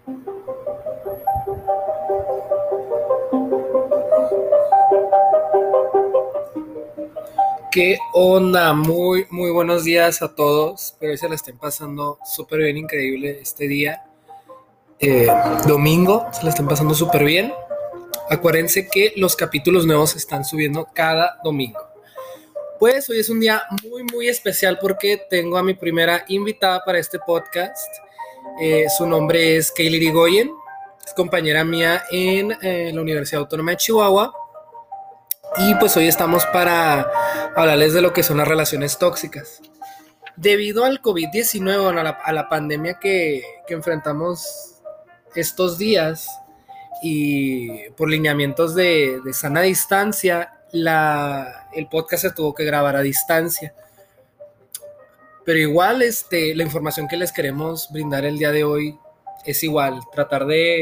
¿Qué onda? Muy buenos días a todos. Espero que se la estén pasando súper bien, increíble este día. Eh, Domingo, se la estén pasando súper bien. Acuérdense que los capítulos nuevos se están subiendo cada domingo. Pues hoy es un día muy especial porque tengo a mi primera invitada para este podcast. Su nombre es Kaylee Irigoyen, es compañera mía en la Universidad Autónoma de Chihuahua. Y pues hoy estamos para hablarles de lo que son las relaciones tóxicas. Debido al COVID-19, bueno, a la pandemia que enfrentamos estos días y por lineamientos de sana distancia, el podcast se tuvo que grabar a distancia. Pero igual la información que les queremos brindar el día de hoy es igual, tratar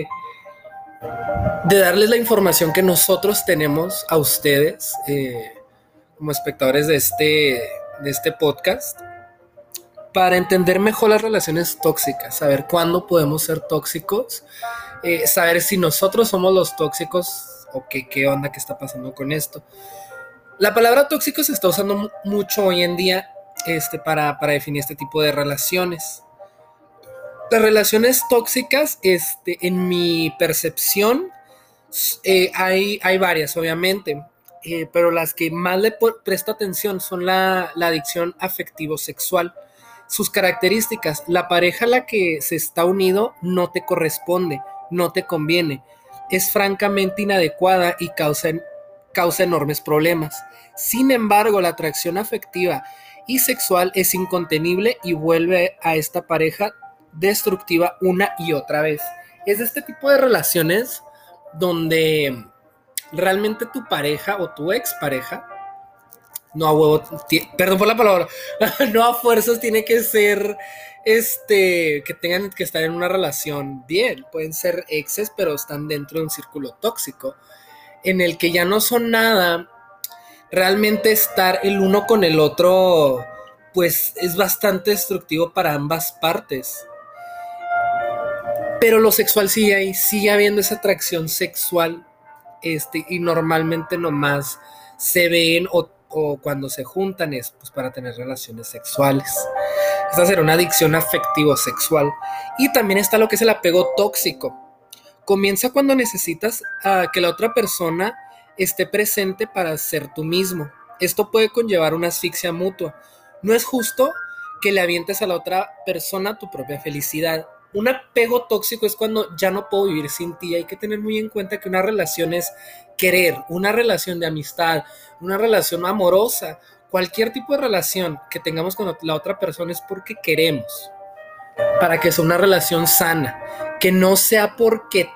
de darles la información que nosotros tenemos a ustedes como espectadores de este podcast para entender mejor las relaciones tóxicas, saber cuándo podemos ser tóxicos, saber si nosotros somos los tóxicos o qué onda que está pasando con esto. La palabra tóxico se está usando mucho hoy en día para definir este tipo de relaciones. Las relaciones tóxicas, en mi percepción, hay varias, obviamente, pero las que más le presto atención son la adicción afectivo-sexual. Sus características: la pareja a la que se está unido no te corresponde, no te conviene, es francamente inadecuada y causa enormes problemas. Sin embargo, la atracción afectiva y sexual es incontenible y vuelve a esta pareja destructiva una y otra vez. Es de este tipo de relaciones donde realmente tu pareja o tu expareja, no a huevo, perdón por la palabra, no a fuerzas tiene que ser que tengan que estar en una relación bien. Pueden ser exes, pero están dentro de un círculo tóxico en el que ya no son nada. Realmente estar el uno con el otro pues es bastante destructivo para ambas partes. Pero lo sexual sigue habiendo esa atracción sexual, y normalmente nomás se ven o cuando se juntan es pues para tener relaciones sexuales. Esta será una adicción afectivo-sexual. Y también está lo que es el apego tóxico. Comienza cuando necesitas que la otra persona esté presente para ser tú mismo. Esto puede conllevar una asfixia mutua. No es justo que le avientes a la otra persona tu propia felicidad. Un apego tóxico es cuando ya no puedo vivir sin ti. Hay que tener muy en cuenta que una relación es querer, una relación de amistad, una relación amorosa. Cualquier tipo de relación que tengamos con la otra persona es porque queremos, para que sea una relación sana, que no sea porque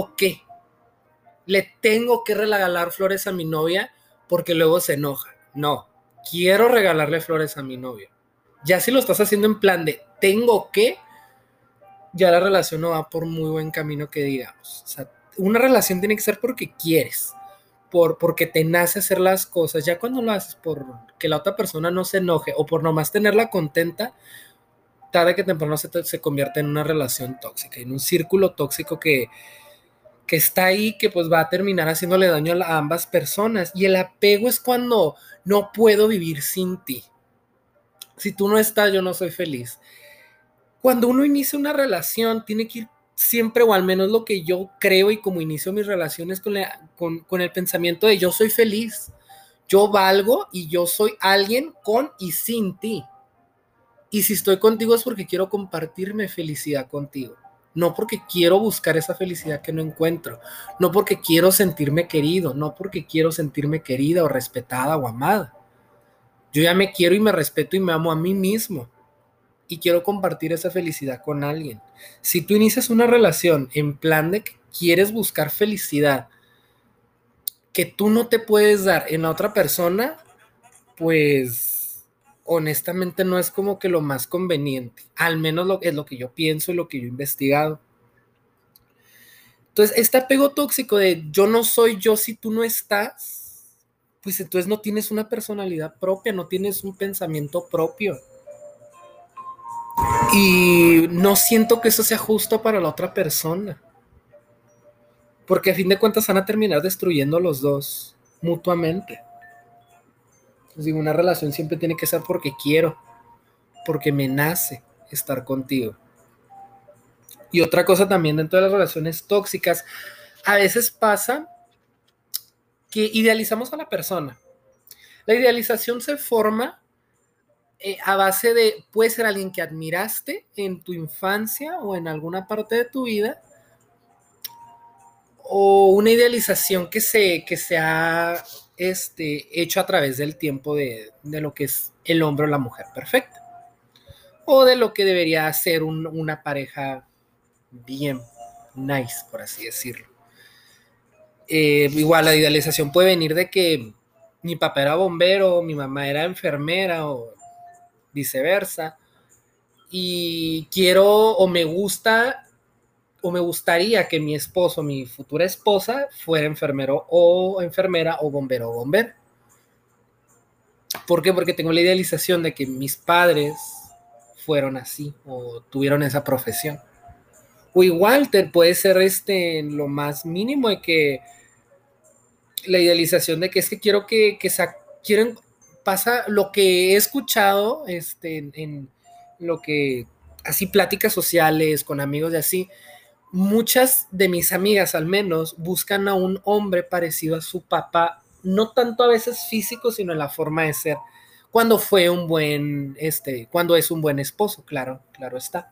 le tengo que regalar flores a mi novia porque luego se enoja. No, quiero regalarle flores a mi novio. Ya si lo estás haciendo en plan de tengo que, ya la relación no va por muy buen camino, que digamos. O sea, una relación tiene que ser porque quieres, porque te nace hacer las cosas. Ya cuando lo haces por que la otra persona no se enoje o por nomás tenerla contenta, tarde que temprano se convierte en una relación tóxica, en un círculo tóxico que está ahí, que pues va a terminar haciéndole daño a ambas personas. Y el apego es cuando no puedo vivir sin ti. Si tú no estás, yo no soy feliz. Cuando uno inicia una relación, tiene que ir siempre, o al menos lo que yo creo y como inicio mis relaciones con el pensamiento de yo soy feliz, yo valgo y yo soy alguien con y sin ti. Y si estoy contigo es porque quiero compartirme felicidad contigo. No porque quiero buscar esa felicidad que no encuentro. No porque quiero sentirme querido. No porque quiero sentirme querida o respetada o amada. Yo ya me quiero y me respeto y me amo a mí mismo. Y quiero compartir esa felicidad con alguien. Si tú inicias una relación en plan de que quieres buscar felicidad que tú no te puedes dar en la otra persona, pues honestamente no es como que lo más conveniente. Al menos es lo que yo pienso y lo que yo he investigado. Entonces, este apego tóxico de yo no soy yo si tú no estás, pues entonces no tienes una personalidad propia, no tienes un pensamiento propio. Y no siento que eso sea justo para la otra persona. Porque a fin de cuentas van a terminar destruyendo los dos mutuamente. Entonces, digo, una relación siempre tiene que ser porque quiero, porque me nace estar contigo. Y otra cosa también dentro de las relaciones tóxicas, a veces pasa que idealizamos a la persona. La idealización se forma a base de, puede ser alguien que admiraste en tu infancia o en alguna parte de tu vida, o una idealización que se ha hecho a través del tiempo de lo que es el hombre o la mujer perfecta, o de lo que debería ser una pareja bien nice, por así decirlo. Igual la idealización puede venir de que mi papá era bombero, mi mamá era enfermera o viceversa, y quiero o me gusta o me gustaría que mi esposo, mi futura esposa, fuera enfermero o enfermera o bombero o bombero. ¿Por qué? Porque tengo la idealización de que mis padres fueron así o tuvieron esa profesión. O igual te puede ser en lo más mínimo de que la idealización de que es que quiero quieren, pasa lo que he escuchado en lo que, así pláticas sociales con amigos y así, muchas de mis amigas al menos buscan a un hombre parecido a su papá, no tanto a veces físico, sino en la forma de ser, cuando fue un buen, cuando es un buen esposo, claro, claro está.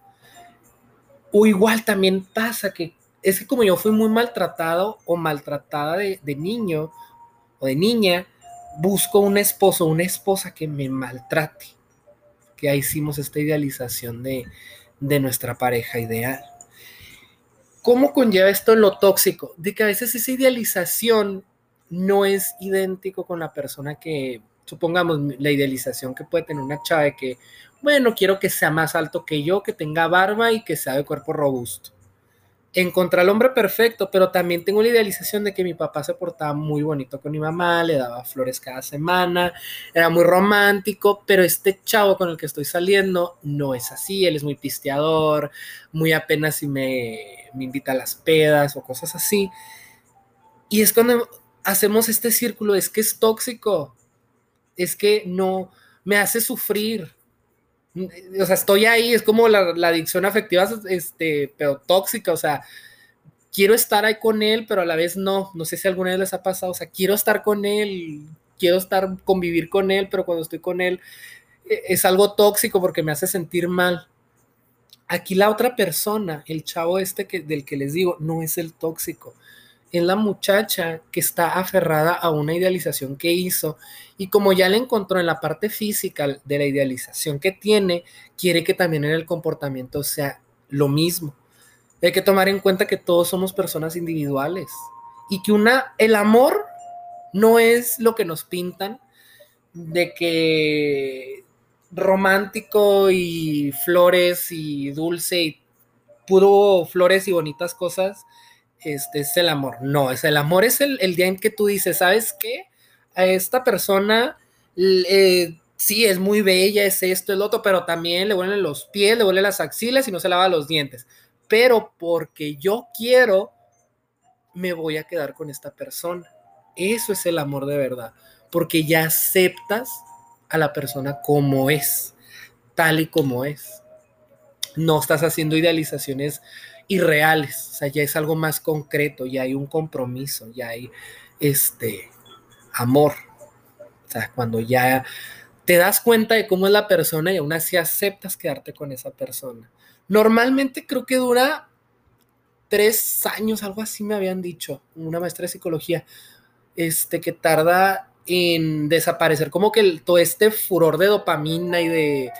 O igual también pasa que es que como yo fui muy maltratado o maltratada de niño o de niña, busco un esposo o una esposa que me maltrate, que ahí hicimos esta idealización de nuestra pareja ideal. ¿Cómo conlleva esto lo tóxico? De que a veces esa idealización no es idéntico con la persona que, supongamos, la idealización que puede tener una chava de que, bueno, quiero que sea más alto que yo, que tenga barba y que sea de cuerpo robusto. Encontrar al hombre perfecto, pero también tengo la idealización de que mi papá se portaba muy bonito con mi mamá, le daba flores cada semana, era muy romántico, pero este chavo con el que estoy saliendo no es así, él es muy pisteador, muy apenas si me invita a las pedas o cosas así. Y es cuando hacemos este círculo, es que es tóxico, es que no me hace sufrir. O sea, estoy ahí, es como la adicción afectiva, pero tóxica, o sea, quiero estar ahí con él, pero a la vez no sé si alguna vez les ha pasado, o sea, quiero estar con él, quiero convivir con él, pero cuando estoy con él es algo tóxico porque me hace sentir mal. Aquí la otra persona, el chavo del que les digo, no es el tóxico, es la muchacha que está aferrada a una idealización que hizo y como ya le encontró en la parte física de la idealización que tiene, quiere que también en el comportamiento sea lo mismo. Hay que tomar en cuenta que todos somos personas individuales y que el amor no es lo que nos pintan de que romántico y flores y dulce y puro flores y bonitas cosas, es el amor. No, el amor es el día en que tú dices, ¿sabes qué? A esta persona sí, es muy bella, es esto, es lo otro, pero también le huelen los pies, le huelen las axilas y no se lava los dientes. Pero porque yo quiero, me voy a quedar con esta persona. Eso es el amor de verdad, porque ya aceptas a la persona como es, tal y como es. No estás haciendo idealizaciones irreales, o sea, ya es algo más concreto, ya hay un compromiso, ya hay amor. O sea, cuando ya te das cuenta de cómo es la persona y aún así aceptas quedarte con esa persona. Normalmente creo que dura 3 años, algo así me habían dicho, una maestra de psicología, que tarda en desaparecer como que todo este furor de dopamina y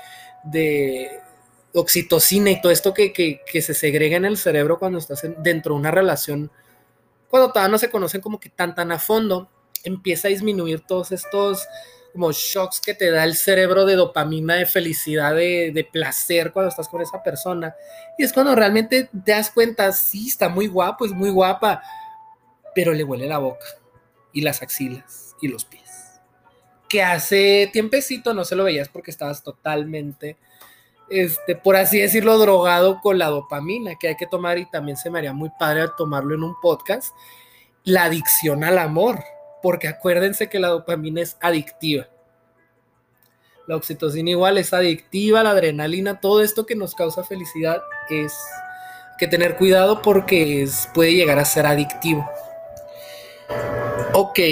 de oxitocina y todo esto que se segrega en el cerebro cuando estás dentro de una relación, cuando todavía no se conocen como que tan a fondo, empieza a disminuir todos estos como shocks que te da el cerebro de dopamina, de felicidad, de placer cuando estás con esa persona. Y es cuando realmente te das cuenta, sí, está muy guapo, es muy guapa, pero le huele la boca y las axilas y los pies. Que hace tiempecito no se lo veías porque estabas totalmente por así decirlo, drogado con la dopamina que hay que tomar, y también se me haría muy padre tomarlo en un podcast, la adicción al amor, porque acuérdense que la dopamina es adictiva. La oxitocina igual es adictiva, la adrenalina, todo esto que nos causa felicidad es que tener cuidado porque puede llegar a ser adictivo. Ok,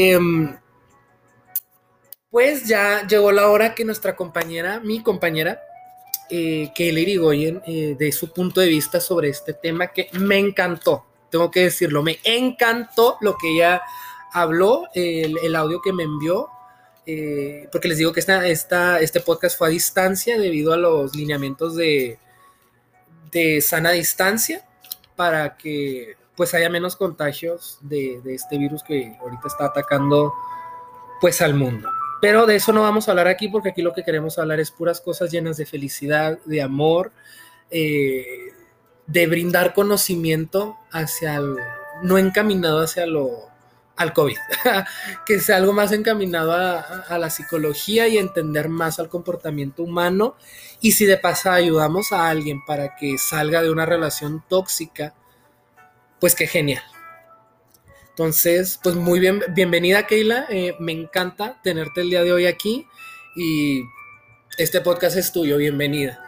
pues ya llegó la hora que mi compañera, Keila Irigoyen, de su punto de vista sobre este tema que me encantó, tengo que decirlo, me encantó lo que ella habló, el audio que me envió, porque les digo que este podcast fue a distancia debido a los lineamientos de sana distancia para que pues haya menos contagios de este virus que ahorita está atacando pues al mundo. Pero de eso no vamos a hablar aquí, porque aquí lo que queremos hablar es puras cosas llenas de felicidad, de amor, de brindar conocimiento no encaminado hacia al COVID, que sea algo más encaminado a la psicología y entender más al comportamiento humano. Y si de paso ayudamos a alguien para que salga de una relación tóxica, pues qué genial. Entonces, pues muy bien, bienvenida Keila, me encanta tenerte el día de hoy aquí y este podcast es tuyo, bienvenida.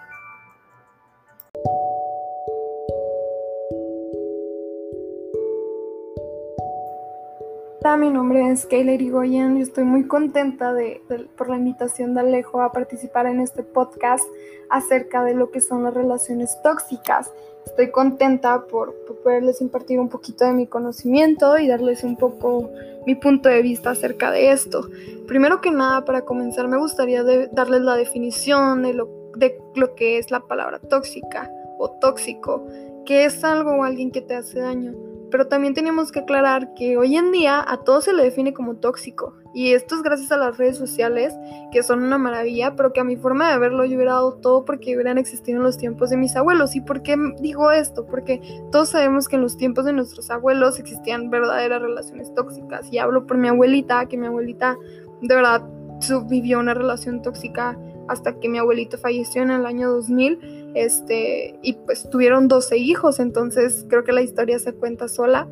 Hola, mi nombre es Keila Irigoyen y estoy muy contenta por la invitación de Alejo a participar en este podcast acerca de lo que son las relaciones tóxicas. Estoy contenta por poderles impartir un poquito de mi conocimiento y darles un poco mi punto de vista acerca de esto. Primero que nada, para comenzar, me gustaría darles la definición de lo que es la palabra tóxica o tóxico, que es algo o alguien que te hace daño. Pero también tenemos que aclarar que hoy en día a todo se le define como tóxico. Y esto es gracias a las redes sociales, que son una maravilla, pero que a mi forma de verlo yo hubiera dado todo porque hubieran existido en los tiempos de mis abuelos. ¿Y por qué digo esto? Porque todos sabemos que en los tiempos de nuestros abuelos existían verdaderas relaciones tóxicas. Y hablo por mi abuelita, que mi abuelita de verdad vivió una relación tóxica hasta que mi abuelito falleció en el año 2000. Y pues tuvieron 12 hijos, entonces creo que la historia se cuenta sola.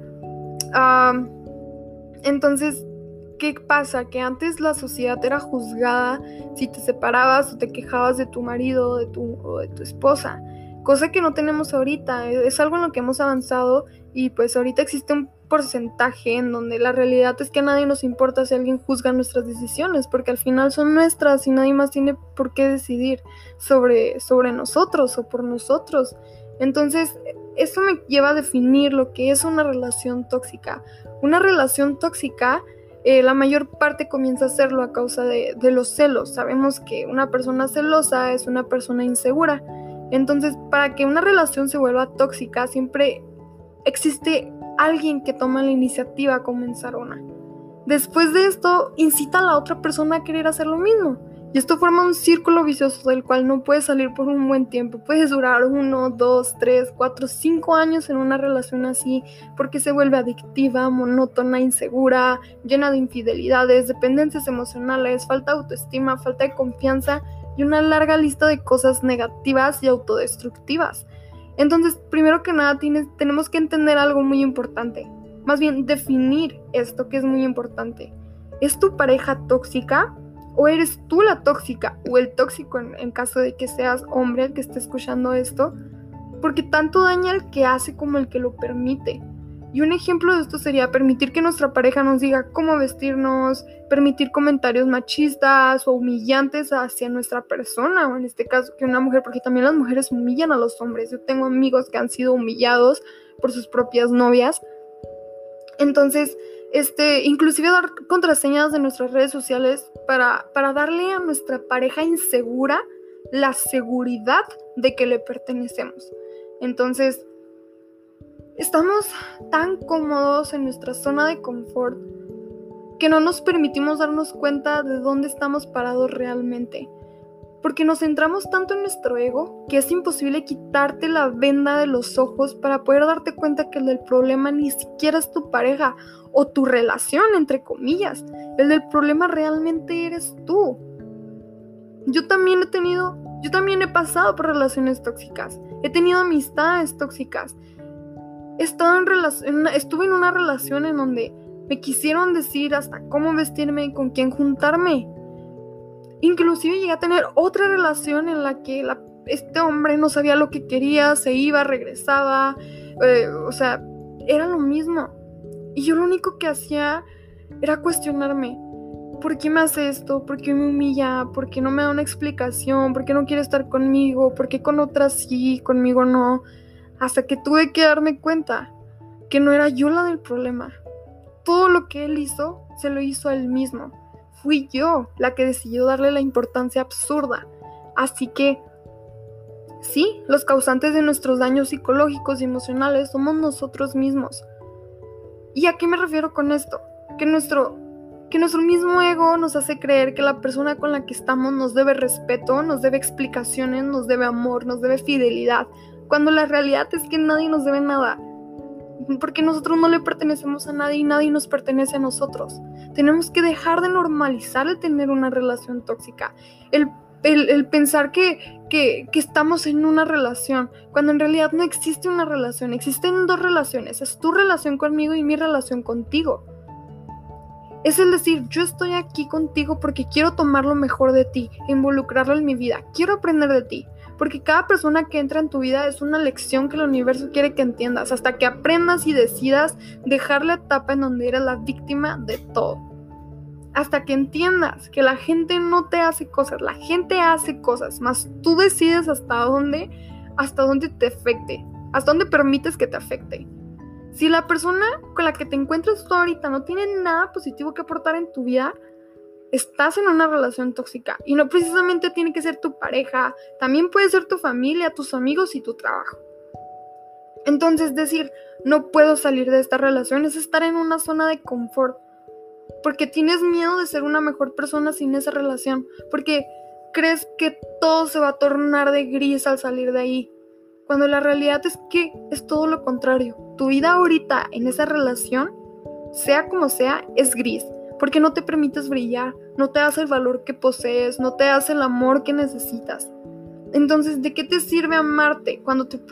Entonces, ¿qué pasa? Que antes la sociedad era juzgada si te separabas o te quejabas de tu marido o de tu esposa, cosa que no tenemos ahorita. Es algo en lo que hemos avanzado y pues ahorita existe un porcentaje en donde la realidad es que a nadie nos importa si alguien juzga nuestras decisiones, porque al final son nuestras y nadie más tiene por qué decidir sobre nosotros o por nosotros. Entonces, eso me lleva a definir lo que es una relación tóxica. Una relación tóxica, la mayor parte comienza a serlo a causa de los celos. Sabemos que una persona celosa es una persona insegura. Entonces, para que una relación se vuelva tóxica, siempre existe alguien que toma la iniciativa a comenzar una. Después de esto, incita a la otra persona a querer hacer lo mismo. Y esto forma un círculo vicioso del cual no puedes salir por un buen tiempo. Puedes durar 1, 2, 3, 4, 5 años en una relación así porque se vuelve adictiva, monótona, insegura, llena de infidelidades, dependencias emocionales, falta de autoestima, falta de confianza y una larga lista de cosas negativas y autodestructivas. Entonces, primero que nada, tenemos que entender algo muy importante. Más bien, definir esto que es muy importante. ¿Es tu pareja tóxica? ¿O eres tú la tóxica? ¿O el tóxico en caso de que seas hombre el que esté escuchando esto? Porque tanto daña el que hace como el que lo permite. Y un ejemplo de esto sería permitir que nuestra pareja nos diga cómo vestirnos, permitir comentarios machistas o humillantes hacia nuestra persona, o en este caso que una mujer, porque también las mujeres humillan a los hombres. Yo tengo amigos que han sido humillados por sus propias novias. Entonces, inclusive dar contraseñas de nuestras redes sociales para darle a nuestra pareja insegura la seguridad de que le pertenecemos. Entonces, estamos tan cómodos en nuestra zona de confort que no nos permitimos darnos cuenta de dónde estamos parados realmente. Porque nos centramos tanto en nuestro ego que es imposible quitarte la venda de los ojos para poder darte cuenta que el del problema ni siquiera es tu pareja o tu relación, entre comillas. El del problema realmente eres tú. Yo también he tenido Yo también he pasado por relaciones tóxicas. He tenido amistades tóxicas. Estuve en una relación en donde me quisieron decir hasta cómo vestirme y con quién juntarme. Inclusive llegué a tener otra relación en la que este hombre no sabía lo que quería, se iba, regresaba, era lo mismo. Y yo lo único que hacía era cuestionarme. ¿Por qué me hace esto? ¿Por qué me humilla? ¿Por qué no me da una explicación? ¿Por qué no quiere estar conmigo? ¿Por qué con otras sí, conmigo no? Hasta que tuve que darme cuenta que no era yo la del problema. Todo lo que él hizo, se lo hizo a él mismo. Fui yo la que decidió darle la importancia absurda. Así que, sí, los causantes de nuestros daños psicológicos y emocionales somos nosotros mismos. ¿Y a qué me refiero con esto? Que nuestro mismo ego nos hace creer que la persona con la que estamos nos debe respeto, nos debe explicaciones, nos debe amor, nos debe fidelidad, cuando la realidad es que nadie nos debe nada, porque nosotros no le pertenecemos a nadie y nadie nos pertenece a nosotros. Tenemos que dejar de normalizar el tener una relación tóxica, el pensar que estamos en una relación, cuando en realidad no existe una relación, existen dos relaciones, es tu relación conmigo y mi relación contigo. Es el decir, yo estoy aquí contigo porque quiero tomar lo mejor de ti, involucrarlo en mi vida, quiero aprender de ti, porque cada persona que entra en tu vida es una lección que el universo quiere que entiendas, hasta que aprendas y decidas dejar la etapa en donde eres la víctima de todo. Hasta que entiendas que la gente no te hace cosas, la gente hace cosas, más tú decides hasta dónde te afecte, hasta dónde permites que te afecte. Si la persona con la que te encuentras tú ahorita no tiene nada positivo que aportar en tu vida, estás en una relación tóxica. Y no precisamente tiene que ser tu pareja, también puede ser tu familia, tus amigos y tu trabajo. Entonces decir, no puedo salir de esta relación es estar en una zona de confort. Porque tienes miedo de ser una mejor persona sin esa relación. Porque crees que todo se va a tornar de gris al salir de ahí. Cuando la realidad es que es todo lo contrario. Tu vida ahorita en esa relación, sea como sea, es gris. Porque no te permites brillar, no te das el valor que posees, no te das el amor que necesitas. Entonces, ¿de qué te sirve amarte cuando ¿de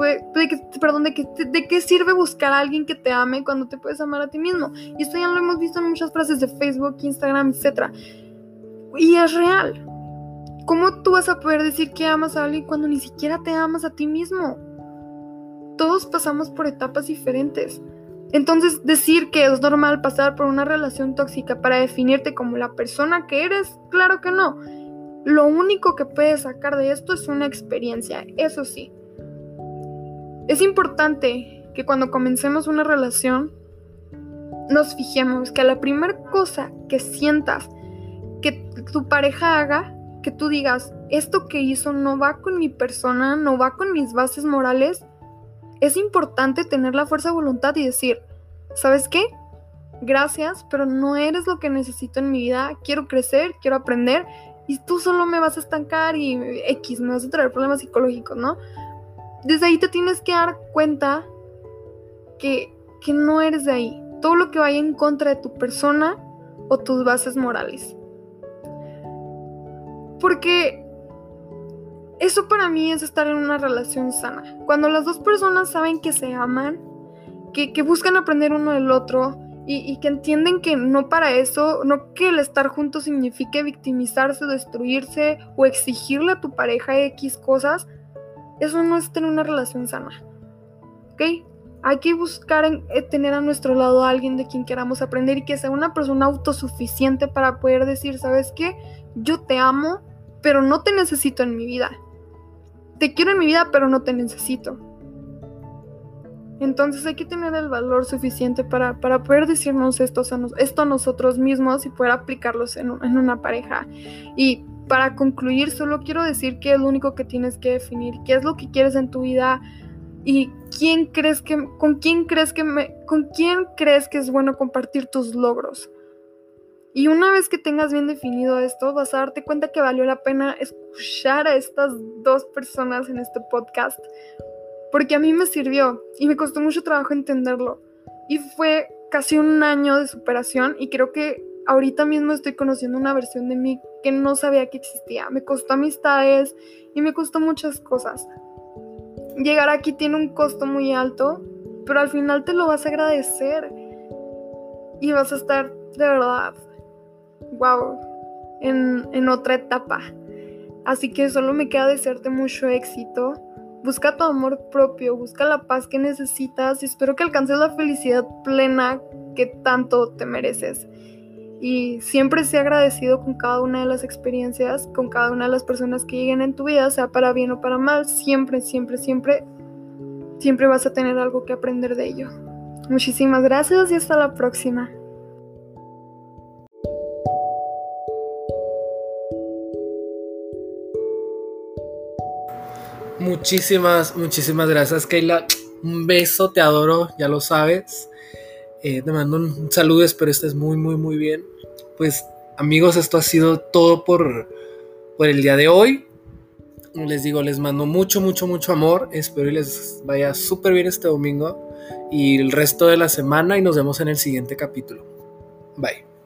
qué sirve buscar a alguien que te ame cuando te puedes amar a ti mismo? Y esto ya lo hemos visto en muchas frases de Facebook, Instagram, etc. Y es real. ¿Cómo tú vas a poder decir que amas a alguien cuando ni siquiera te amas a ti mismo? Todos pasamos por etapas diferentes. Entonces, decir que es normal pasar por una relación tóxica para definirte como la persona que eres, claro que no. Lo único que puedes sacar de esto es una experiencia, eso sí. Es importante que cuando comencemos una relación nos fijemos que a la primera cosa que sientas que tu pareja haga, que tú digas, esto que hizo no va con mi persona, no va con mis bases morales, es importante tener la fuerza de voluntad y decir, ¿sabes qué? Gracias, pero no eres lo que necesito en mi vida, quiero crecer, quiero aprender, y tú solo me vas a estancar y me vas a traer problemas psicológicos, ¿no? Desde ahí te tienes que dar cuenta que no eres de ahí. Todo lo que vaya en contra de tu persona o tus bases morales. Porque eso para mí es estar en una relación sana. Cuando las dos personas saben que se aman, que buscan aprender uno del otro, y que entienden que no para eso, no que el estar juntos signifique victimizarse, destruirse o exigirle a tu pareja X cosas, eso no es tener una relación sana, ¿ok? Hay que buscar tener a nuestro lado a alguien de quien queramos aprender y que sea una persona autosuficiente para poder decir, ¿sabes qué? Yo te amo, pero no te necesito en mi vida. Te quiero en mi vida, pero no te necesito. Entonces hay que tener el valor suficiente para poder decirnos esto a nosotros mismos y poder aplicarlos en una pareja. Y para concluir, solo quiero decir que es lo único que tienes que definir, qué es lo que quieres en tu vida y con quién crees que es bueno compartir tus logros. Y una vez que tengas bien definido esto, vas a darte cuenta que valió la pena escuchar a estas dos personas en este podcast. Porque a mí me sirvió y me costó mucho trabajo entenderlo. Y fue casi un año de superación y creo que ahorita mismo estoy conociendo una versión de mí que no sabía que existía. Me costó amistades y me costó muchas cosas. Llegar aquí tiene un costo muy alto, pero al final te lo vas a agradecer y vas a estar de verdad, wow, en otra etapa. Así que solo me queda desearte mucho éxito. Busca tu amor propio, busca la paz que necesitas y espero que alcances la felicidad plena que tanto te mereces. Y siempre sé agradecido con cada una de las experiencias, con cada una de las personas que lleguen en tu vida, sea para bien o para mal. Siempre, siempre, siempre, siempre vas a tener algo que aprender de ello. Muchísimas gracias y hasta la próxima. Muchísimas gracias, Keila. Un beso, te adoro, ya lo sabes. Te mando un saludo, espero estés muy bien. Pues amigos, esto ha sido todo por el día de hoy. Les digo, les mando mucho amor. Espero y les vaya súper bien este domingo y el resto de la semana y nos vemos en el siguiente capítulo. Bye.